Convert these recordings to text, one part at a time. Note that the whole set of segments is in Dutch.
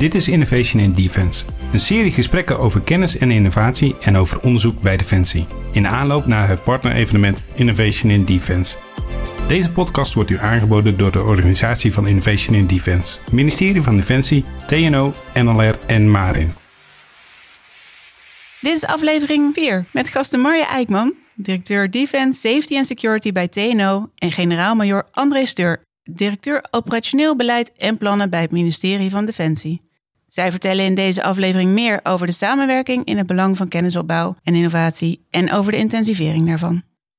Dit is Innovation in Defense, een serie gesprekken over kennis en innovatie en over onderzoek bij Defensie, in aanloop naar het partnerevenement Innovation in Defense. Deze podcast wordt u aangeboden door de Organisatie van Innovation in Defense, Ministerie van Defensie, TNO, NLR en Marin. Dit is aflevering 4 met gasten Marja Eijkman, directeur Defense, Safety en Security bij TNO en generaal-majoor André Steur, directeur operationeel beleid en plannen bij het ministerie van Defensie. Zij vertellen in deze aflevering meer over de samenwerking in het belang van kennisopbouw en innovatie en over de intensivering daarvan.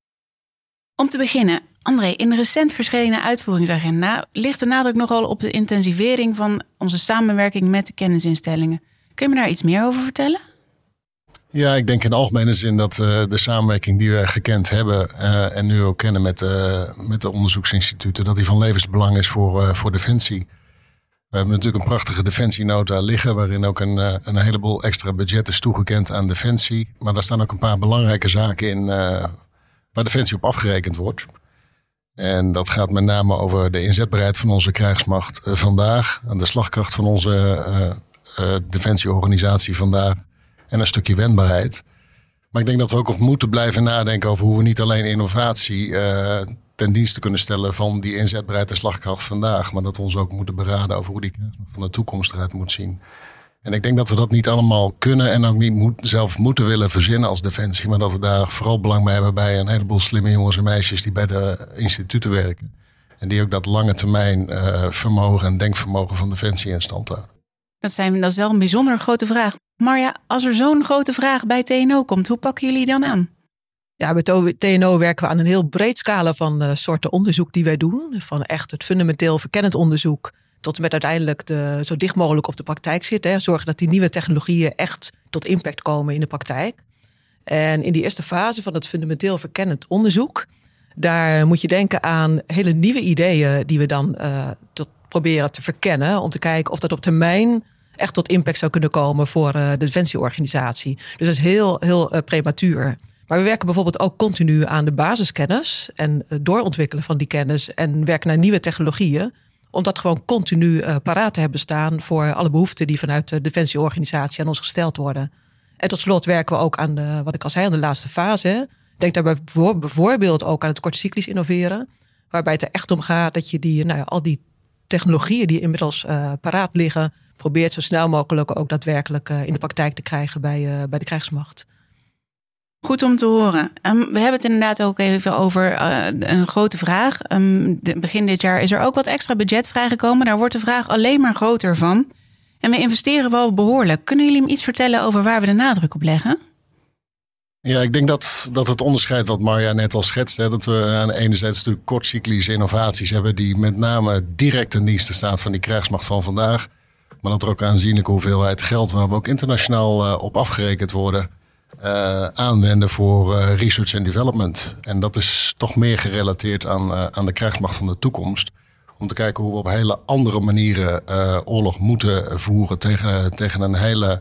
Om te beginnen, André, in de recent verschenen uitvoeringsagenda ligt de nadruk nogal op de intensivering van onze samenwerking met de kennisinstellingen. Kun je me daar iets meer over vertellen? Ja, ik denk in de algemene zin dat de samenwerking die we gekend hebben en nu ook kennen met de onderzoeksinstituten, dat die van levensbelang is voor Defensie. We hebben natuurlijk een prachtige defensienota liggen, waarin ook een heleboel extra budget is toegekend aan Defensie. Maar daar staan ook een paar belangrijke zaken in waar Defensie op afgerekend wordt. En dat gaat met name over de inzetbaarheid van onze krijgsmacht vandaag, en de slagkracht van onze defensieorganisatie vandaag en een stukje wendbaarheid. Maar ik denk dat we ook op moeten blijven nadenken over hoe we niet alleen innovatie ten dienste kunnen stellen van die inzetbaarheid en slagkracht vandaag, maar dat we ons ook moeten beraden over hoe die krijgsmacht van de toekomst eruit moet zien. En ik denk dat we dat niet allemaal kunnen en ook niet zelf moeten willen verzinnen als Defensie, maar dat we daar vooral belang bij hebben bij een heleboel slimme jongens en meisjes die bij de instituten werken. En die ook dat lange termijn vermogen en denkvermogen van Defensie in stand houden. Dat is wel een bijzonder grote vraag. Marja, als er zo'n grote vraag bij TNO komt, hoe pakken jullie dan aan? Ja, bij TNO werken we aan een heel breed scala van soorten onderzoek die wij doen. Van echt het fundamenteel verkennend onderzoek tot en met uiteindelijk zo dicht mogelijk op de praktijk zitten. Zorgen dat die nieuwe technologieën echt tot impact komen in de praktijk. En in die eerste fase van het fundamenteel verkennend onderzoek, daar moet je denken aan hele nieuwe ideeën die we dan proberen te verkennen. Om te kijken of dat op termijn echt tot impact zou kunnen komen voor de defensieorganisatie. Dus dat is heel prematuur. Maar we werken bijvoorbeeld ook continu aan de basiskennis en doorontwikkelen van die kennis en werken naar nieuwe technologieën. Om dat gewoon continu paraat te hebben staan voor alle behoeften die vanuit de defensieorganisatie aan ons gesteld worden. En tot slot werken we ook aan wat ik al zei, aan de laatste fase. Denk daarbij bijvoorbeeld ook aan het kortcyclisch innoveren. Waarbij het er echt om gaat dat je al die technologieën die inmiddels paraat liggen, probeert zo snel mogelijk ook daadwerkelijk in de praktijk te krijgen bij de krijgsmacht. Goed om te horen. We hebben het inderdaad ook even over een grote vraag. Begin dit jaar is er ook wat extra budget vrijgekomen. Daar wordt de vraag alleen maar groter van. En we investeren wel behoorlijk. Kunnen jullie me iets vertellen over waar we de nadruk op leggen? Ja, ik denk dat het onderscheid wat Marja net al schetst, dat we aan de ene zijde natuurlijk kortcyclische innovaties hebben die met name direct ten dienste staat van die krijgsmacht van vandaag. Maar dat er ook aanzienlijke hoeveelheid geld, waar we ook internationaal op afgerekend worden, aanwenden voor research en development. En dat is toch meer gerelateerd aan de krijgsmacht van de toekomst. Om te kijken hoe we op hele andere manieren oorlog moeten voeren tegen een hele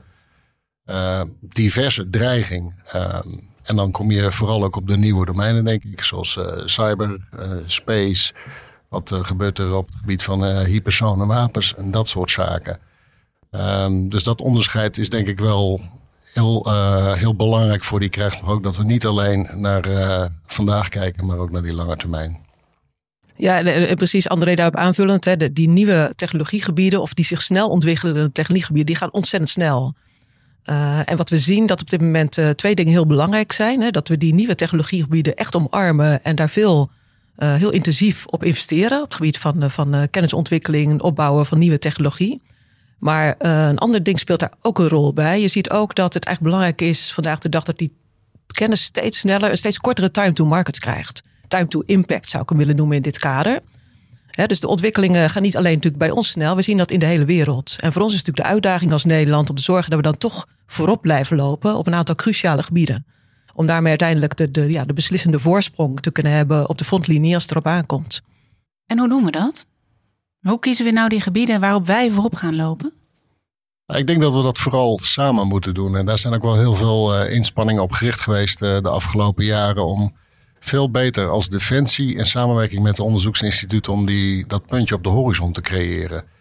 diverse dreiging. En dan kom je vooral ook op de nieuwe domeinen, denk ik, zoals cyber, space. Wat gebeurt er op het gebied van hypersone wapens en dat soort zaken. Dus dat onderscheid is denk ik wel heel belangrijk voor die krijgsmacht. Ook dat we niet alleen naar vandaag kijken, maar ook naar die lange termijn. Ja, en precies, André, daarop aanvullend. Die nieuwe technologiegebieden of die zich snel ontwikkelende technologiegebieden, die gaan ontzettend snel. En wat we zien, dat op dit moment 2 dingen heel belangrijk zijn. Dat we die nieuwe technologiegebieden echt omarmen en daar heel intensief op investeren. Op het gebied van kennisontwikkeling en opbouwen van nieuwe technologie. Maar een ander ding speelt daar ook een rol bij. Je ziet ook dat het eigenlijk belangrijk is vandaag de dag dat die kennis steeds sneller en steeds kortere time to market krijgt. Time to impact zou ik hem willen noemen in dit kader. Dus de ontwikkelingen gaan niet alleen natuurlijk bij ons snel. We zien dat in de hele wereld. En voor ons is natuurlijk de uitdaging als Nederland om te zorgen dat we dan toch voorop blijven lopen op een aantal cruciale gebieden. Om daarmee uiteindelijk de beslissende voorsprong te kunnen hebben op de frontlinie als het erop aankomt. En hoe doen we dat? Hoe kiezen we nou die gebieden waarop wij voorop gaan lopen? Ik denk dat we dat vooral samen moeten doen. En daar zijn ook wel heel veel inspanningen op gericht geweest de afgelopen jaren om veel beter als Defensie in samenwerking met de onderzoeksinstituten om dat puntje op de horizon te creëren.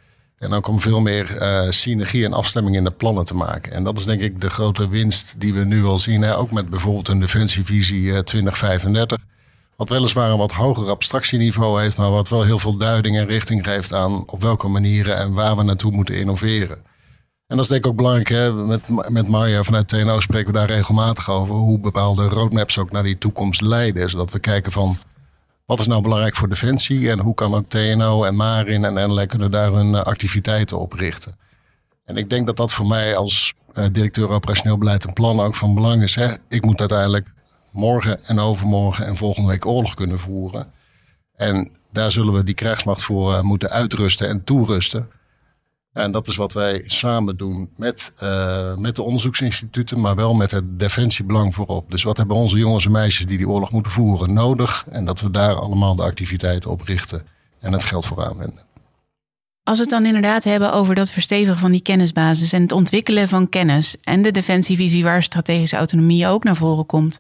En ook om veel meer synergie en afstemming in de plannen te maken. En dat is denk ik de grote winst die we nu al zien. Hè? Ook met bijvoorbeeld een defensievisie 2035. Wat weliswaar een wat hoger abstractieniveau heeft, maar wat wel heel veel duiding en richting geeft aan op welke manieren en waar we naartoe moeten innoveren. En dat is denk ik ook belangrijk. Hè? Met Marja vanuit TNO spreken we daar regelmatig over. Hoe bepaalde roadmaps ook naar die toekomst leiden. Zodat we kijken van wat is nou belangrijk voor Defensie. En hoe kan ook TNO en Marin en NLEC kunnen daar hun activiteiten op richten. En ik denk dat dat voor mij als directeur operationeel beleid en plan ook van belang is. Hè? Ik moet uiteindelijk morgen en overmorgen en volgende week oorlog kunnen voeren. En daar zullen we die krijgsmacht voor moeten uitrusten en toerusten. En dat is wat wij samen doen met de onderzoeksinstituten, maar wel met het defensiebelang voorop. Dus wat hebben onze jongens en meisjes die oorlog moeten voeren nodig? En dat we daar allemaal de activiteiten op richten en het geld voor aanwenden. Als we het dan inderdaad hebben over dat verstevigen van die kennisbasis en het ontwikkelen van kennis en de defensievisie waar strategische autonomie ook naar voren komt.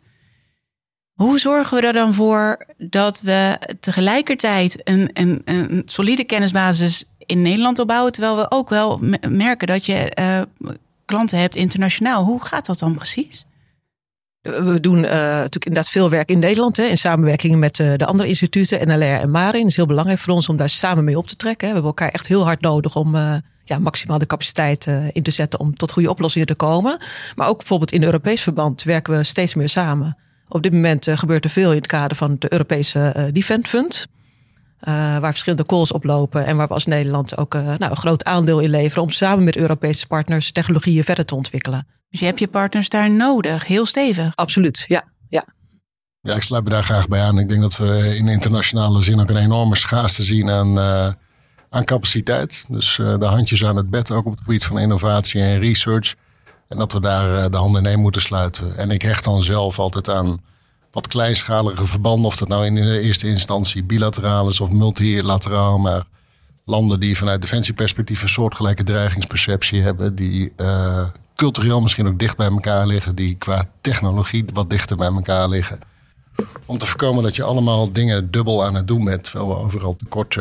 Hoe zorgen we er dan voor dat we tegelijkertijd een solide kennisbasis in Nederland opbouwen, terwijl we ook wel merken dat je klanten hebt internationaal. Hoe gaat dat dan precies? We doen natuurlijk inderdaad veel werk in Nederland. In samenwerking met de andere instituten, NLR en Marin. Het is heel belangrijk voor ons om daar samen mee op te trekken. We hebben elkaar echt heel hard nodig om maximaal de capaciteit in te zetten om tot goede oplossingen te komen. Maar ook bijvoorbeeld in Europees verband werken we steeds meer samen. Op dit moment gebeurt er veel in het kader van de Europese Defense Fund. Waar verschillende calls oplopen en waar we als Nederland ook een groot aandeel in leveren om samen met Europese partners technologieën verder te ontwikkelen. Dus je hebt je partners daar nodig, heel stevig. Absoluut, ja. Ja, ik sluit me daar graag bij aan. Ik denk dat we in internationale zin ook een enorme schaarste zien aan capaciteit. Dus de handjes aan het bed ook op het gebied van innovatie en research. En dat we daar de handen in één moeten sluiten. En ik hecht dan zelf altijd aan wat kleinschalige verbanden, of dat nou in de eerste instantie bilateraal is of multilateraal, maar landen die vanuit defensieperspectief een soortgelijke dreigingsperceptie hebben, die cultureel misschien ook dicht bij elkaar liggen, die qua technologie wat dichter bij elkaar liggen. Om te voorkomen dat je allemaal dingen dubbel aan het doen bent, terwijl we overal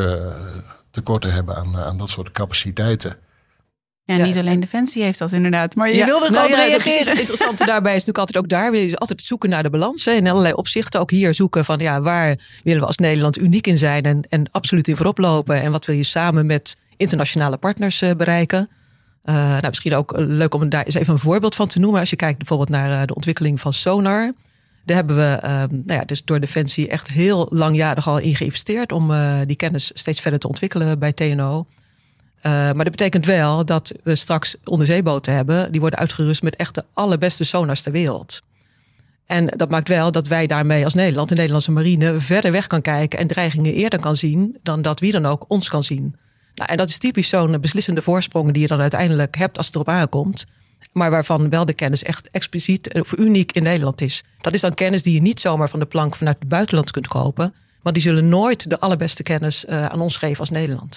tekorten hebben aan dat soort capaciteiten. Ja, niet alleen Defensie heeft dat inderdaad. Maar je wilde gewoon reageren. Het interessante daarbij is natuurlijk altijd ook daar. Wil je altijd zoeken naar de balans. In allerlei opzichten. Ook hier zoeken van waar willen we als Nederland uniek in zijn. En absoluut in voorop lopen. En wat wil je samen met internationale partners bereiken. Misschien ook leuk om daar eens even een voorbeeld van te noemen. Als je kijkt bijvoorbeeld naar de ontwikkeling van sonar. Daar hebben we dus door Defensie echt heel langjarig al in geïnvesteerd. Om die kennis steeds verder te ontwikkelen bij TNO. Maar dat betekent wel dat we straks onderzeeboten hebben. Die worden uitgerust met echt de allerbeste sonars ter wereld. En dat maakt wel dat wij daarmee als Nederland, de Nederlandse marine, verder weg kan kijken en dreigingen eerder kan zien dan dat wie dan ook ons kan zien. En dat is typisch zo'n beslissende voorsprong die je dan uiteindelijk hebt als het erop aankomt. Maar waarvan wel de kennis echt expliciet of uniek in Nederland is. Dat is dan kennis die je niet zomaar van de plank vanuit het buitenland kunt kopen. Want die zullen nooit de allerbeste kennis aan ons geven als Nederland.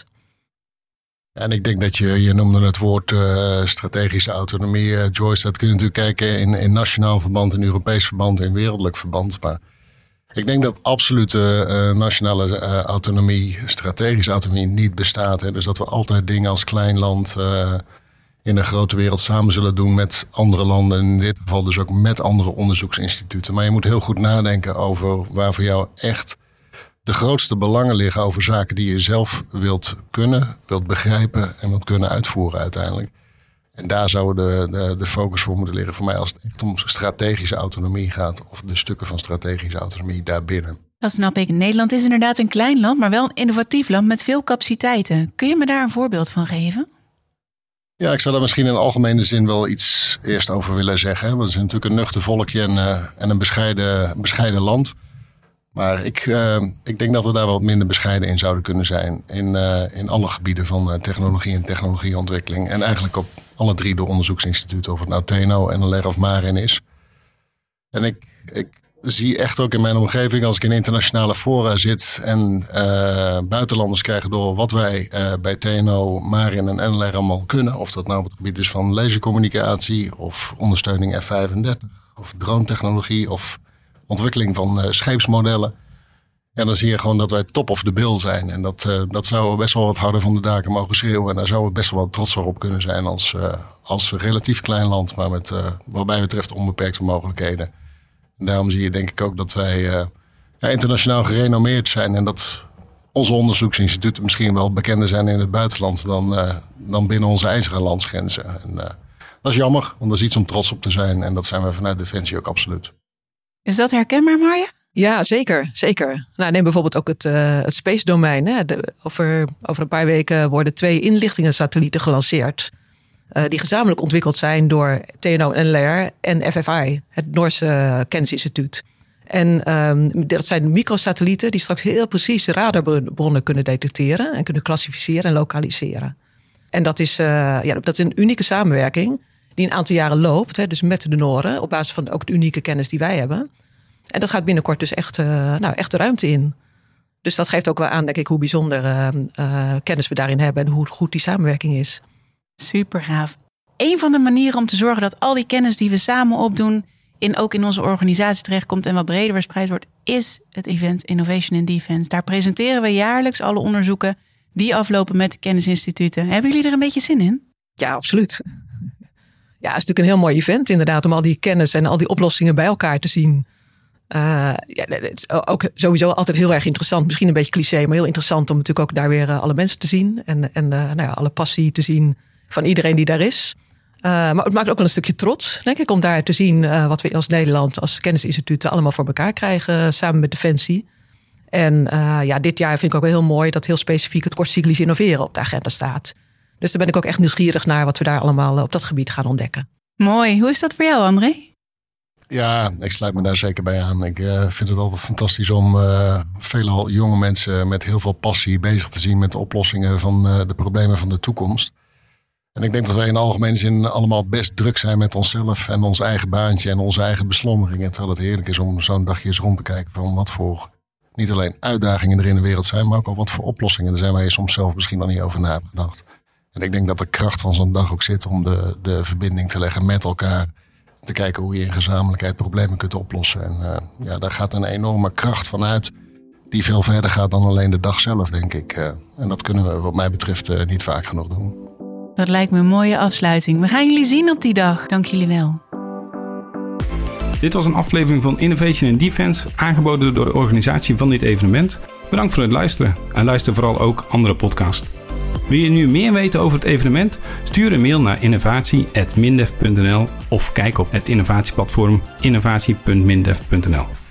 En ik denk dat je noemde het woord strategische autonomie. Joyce, dat kun je natuurlijk kijken in nationaal verband, in Europees verband, in wereldlijk verband. Maar ik denk dat absolute nationale autonomie, strategische autonomie niet bestaat. Hè. Dus dat we altijd dingen als klein land in een grote wereld samen zullen doen met andere landen. In dit geval dus ook met andere onderzoeksinstituten. Maar je moet heel goed nadenken over waar voor jou echt de grootste belangen liggen over zaken die je zelf wilt begrijpen en wilt kunnen uitvoeren uiteindelijk. En daar zou de focus voor moeten liggen voor mij als het echt om strategische autonomie gaat. Of de stukken van strategische autonomie daarbinnen. Dat snap ik. Nederland is inderdaad een klein land, maar wel een innovatief land met veel capaciteiten. Kun je me daar een voorbeeld van geven? Ja, ik zou daar misschien in algemene zin wel iets eerst over willen zeggen. Want we zijn natuurlijk een nuchter volkje en een bescheiden land. Maar ik denk dat we daar wat minder bescheiden in zouden kunnen zijn. In alle gebieden van technologie en technologieontwikkeling. En eigenlijk op alle drie de onderzoeksinstituten. Of het nou TNO, NLR of Marin is. En ik zie echt ook in mijn omgeving, als ik in internationale fora zit en buitenlanders krijgen door wat wij bij TNO, Marin en NLR allemaal kunnen. Of dat nou op het gebied is van lasercommunicatie of ondersteuning F-35 of drone technologie of ontwikkeling van scheepsmodellen. En dan zie je gewoon dat wij top of the bill zijn. En dat zou best wel wat harder van de daken mogen schreeuwen. En daar zouden we best wel wat trotser op kunnen zijn als relatief klein land. Maar met wat mij betreft onbeperkte mogelijkheden. En daarom zie je denk ik ook dat wij internationaal gerenommeerd zijn. En dat onze onderzoeksinstituten misschien wel bekender zijn in het buitenland dan binnen onze eigen landsgrenzen. En dat is jammer, want dat is iets om trots op te zijn. En dat zijn we vanuit Defensie ook absoluut. Is dat herkenbaar, Marja? Ja, zeker. Nou, neem bijvoorbeeld ook het space domein. Hè. Over een paar weken worden 2 inlichtingensatellieten gelanceerd. Die gezamenlijk ontwikkeld zijn door TNO-NLR en FFI, het Noorse Kennisinstituut. En dat zijn microsatellieten die straks heel precies radarbronnen kunnen detecteren en kunnen klassificeren en lokaliseren. En dat is een unieke samenwerking die een aantal jaren loopt, hè, dus met de Noren, op basis van ook de unieke kennis die wij hebben. En dat gaat binnenkort dus echt de ruimte in. Dus dat geeft ook wel aan, denk ik, hoe bijzonder kennis we daarin hebben en hoe goed die samenwerking is. Super gaaf. Een van de manieren om te zorgen dat al die kennis die we samen opdoen ook in onze organisatie terechtkomt en wat breder verspreid wordt, is het event Innovation in Defense. Daar presenteren we jaarlijks alle onderzoeken die aflopen met de kennisinstituten. Hebben jullie er een beetje zin in? Ja, absoluut. Ja, het is natuurlijk een heel mooi event inderdaad, om al die kennis en al die oplossingen bij elkaar te zien. Het is ook sowieso altijd heel erg interessant. Misschien een beetje cliché, maar heel interessant om natuurlijk ook daar weer alle mensen te zien. En alle passie te zien van iedereen die daar is. Maar het maakt ook wel een stukje trots, denk ik, om daar te zien wat we als Nederland, als kennisinstituten allemaal voor elkaar krijgen samen met Defensie. En dit jaar vind ik ook wel heel mooi dat heel specifiek het kortcyclisch innoveren op de agenda staat. Dus daar ben ik ook echt nieuwsgierig naar wat we daar allemaal op dat gebied gaan ontdekken. Mooi. Hoe is dat voor jou, André? Ja, ik sluit me daar zeker bij aan. Ik vind het altijd fantastisch om veelal jonge mensen met heel veel passie bezig te zien met de oplossingen van de problemen van de toekomst. En ik denk dat wij in de algemene zin allemaal best druk zijn met onszelf en ons eigen baantje en onze eigen beslommeringen. Terwijl het heerlijk is om zo'n dagje eens rond te kijken van wat voor niet alleen uitdagingen er in de wereld zijn, maar ook al wat voor oplossingen er zijn waar je soms zelf misschien nog niet over na hebt gedacht. En ik denk dat de kracht van zo'n dag ook zit om de verbinding te leggen met elkaar. Te kijken hoe je in gezamenlijkheid problemen kunt oplossen. En daar gaat een enorme kracht van uit die veel verder gaat dan alleen de dag zelf, denk ik. En dat kunnen we wat mij betreft niet vaak genoeg doen. Dat lijkt me een mooie afsluiting. We gaan jullie zien op die dag. Dank jullie wel. Dit was een aflevering van Innovation in Defense, aangeboden door de organisatie van dit evenement. Bedankt voor het luisteren en luister vooral ook andere podcasts. Wil je nu meer weten over het evenement? Stuur een mail naar innovatie@mindef.nl of kijk op het innovatieplatform innovatie.mindef.nl.